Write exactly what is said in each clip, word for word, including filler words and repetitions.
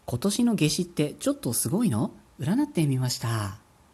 今年の夏至ってちょっとすごいの？占ってみました。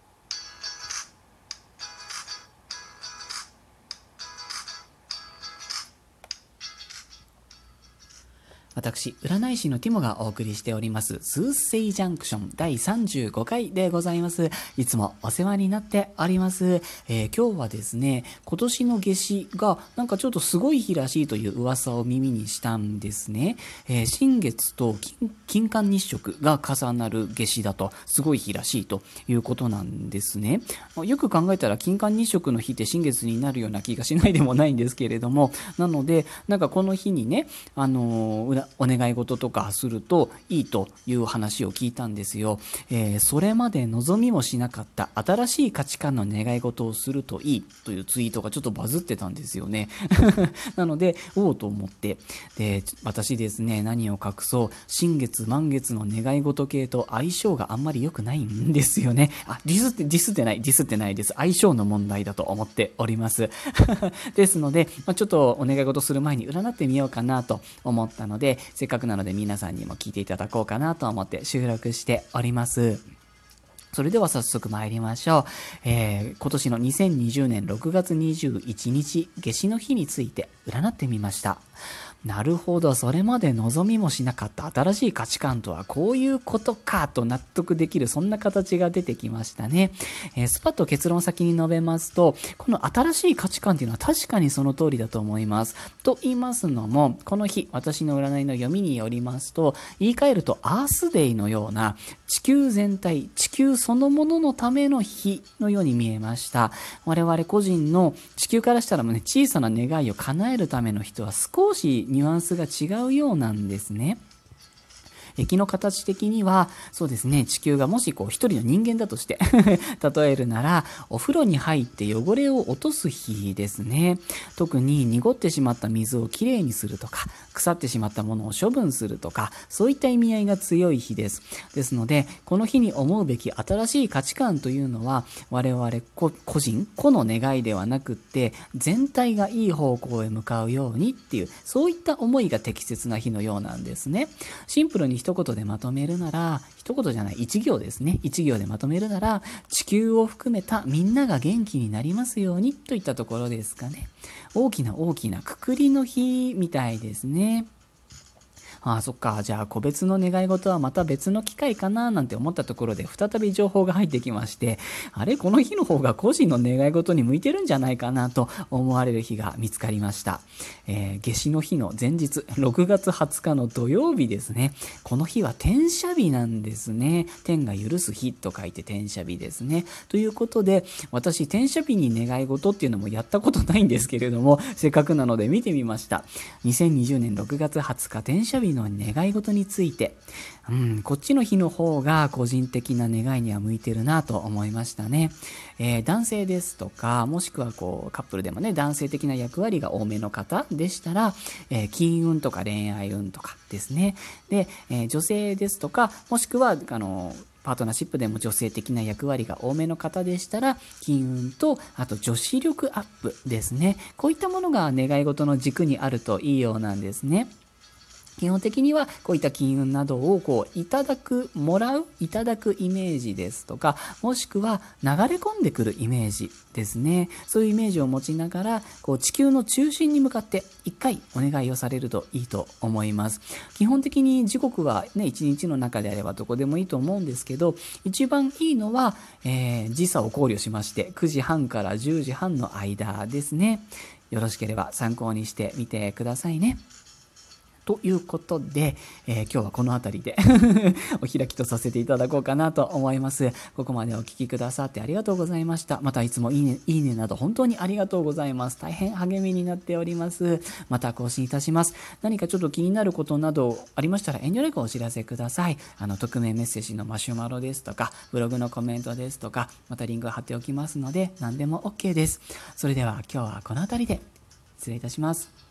私、占い師のティモがお送りしております、スーセイジャンクションだいさんじゅうごかいでございます。いつもお世話になっております。えー、今日はですね、今年の夏至がなんかちょっとすごい日らしいという噂を耳にしたんですね。えー、新月と 金, 金環日食が重なる夏至だと、すごい日らしいということなんですね。よく考えたら金環日食の日って新月になるような気がしないでもないんですけれども、なので、なんかこの日にね、あのー、お願い事とかするといいという話を聞いたんですよ。えー、それまで望みもしなかった新しい価値観の願い事をするといいというツイートがちょっとバズってたんですよね。なので、おおと思って、で、私ですね、何を隠そう、新月満月の願い事系と相性があんまり良くないんですよね。あ、ディスって、ディスってない、ディスってないです。相性の問題だと思っております。ですので、まあ、ちょっとお願い事する前に占ってみようかなと思ったので、せっかくなので皆さんにも聞いていただこうかなと思って収録しております。それでは早速参りましょう。えー、今年のにせんにじゅうねんろくがつにじゅういちにち夏至の日について占ってみました。なるほど、それまで望みもしなかった新しい価値観とはこういうことかと納得できる、そんな形が出てきましたね。えー、スパッと結論先に述べますと、この新しい価値観というのは確かにその通りだと思います。と言いますのも、この日、私の占いの読みによりますと、言い換えるとアースデイのような地球全体、地球そのもののための日のように見えました。我々個人の地球からしたらもうね、小さな願いを叶えるための人は少しニュアンスが違うようなんですね。日の形的には、そうですね、地球がもしこう一人の人間だとして例えるなら、お風呂に入って汚れを落とす日ですね。特に濁ってしまった水をきれいにするとか、腐ってしまったものを処分するとか、そういった意味合いが強い日です。ですので、この日に思うべき新しい価値観というのは、我々個人、個の願いではなくって、全体がいい方向へ向かうようにっていう、そういった思いが適切な日のようなんですね。シンプルに一言でまとめるなら、一言じゃない、一行ですね。一行でまとめるなら、地球を含めたみんなが元気になりますようにといったところですかね。大きな大きなくくりの日みたいですね。ああ、そっか。じゃあ、個別の願い事はまた別の機会かななんて思ったところで、再び情報が入ってきまして、あれ、この日の方が個人の願い事に向いてるんじゃないかなと思われる日が見つかりました。えー、夏至の日の前日、ろくがつはつかの土曜日ですね。この日は転写日なんですね。天が許す日と書いて転写日ですね。ということで、私、転写日に願い事っていうのもやったことないんですけれども、せっかくなので見てみました。にせんにじゅうねんろくがつはつか、転写日の願い事について、うん、こっちの日の方が個人的な願いには向いてるなと思いましたね。えー、男性ですとか、もしくはこうカップルでもね、男性的な役割が多めの方でしたら、えー、金運とか恋愛運とかですね。で、えー、女性ですとか、もしくはあのパートナーシップでも女性的な役割が多めの方でしたら、金運と、あと女子力アップですね。こういったものが願い事の軸にあるといいようなんですね。基本的にはこういった金運などをこういただく、もらう、いただくイメージですとか、もしくは流れ込んでくるイメージですね。そういうイメージを持ちながら、こう地球の中心に向かって一回お願いをされるといいと思います。基本的に時刻はね、一日の中であればどこでもいいと思うんですけど、一番いいのは、えー、時差を考慮しまして、くじはんからじゅうじはんの間ですね。よろしければ参考にしてみてくださいね。ということで、えー、今日はこの辺りでお開きとさせていただこうかなと思います。ここまでお聞きくださってありがとうございました。またいつもいいね、いいねなど本当にありがとうございます。大変励みになっております。また更新いたします。何かちょっと気になることなどありましたら遠慮なくお知らせください。あの、匿名メッセージのマシュマロですとか、ブログのコメントですとか、またリンクを貼っておきますので、何でも OK です。それでは今日はこの辺りで失礼いたします。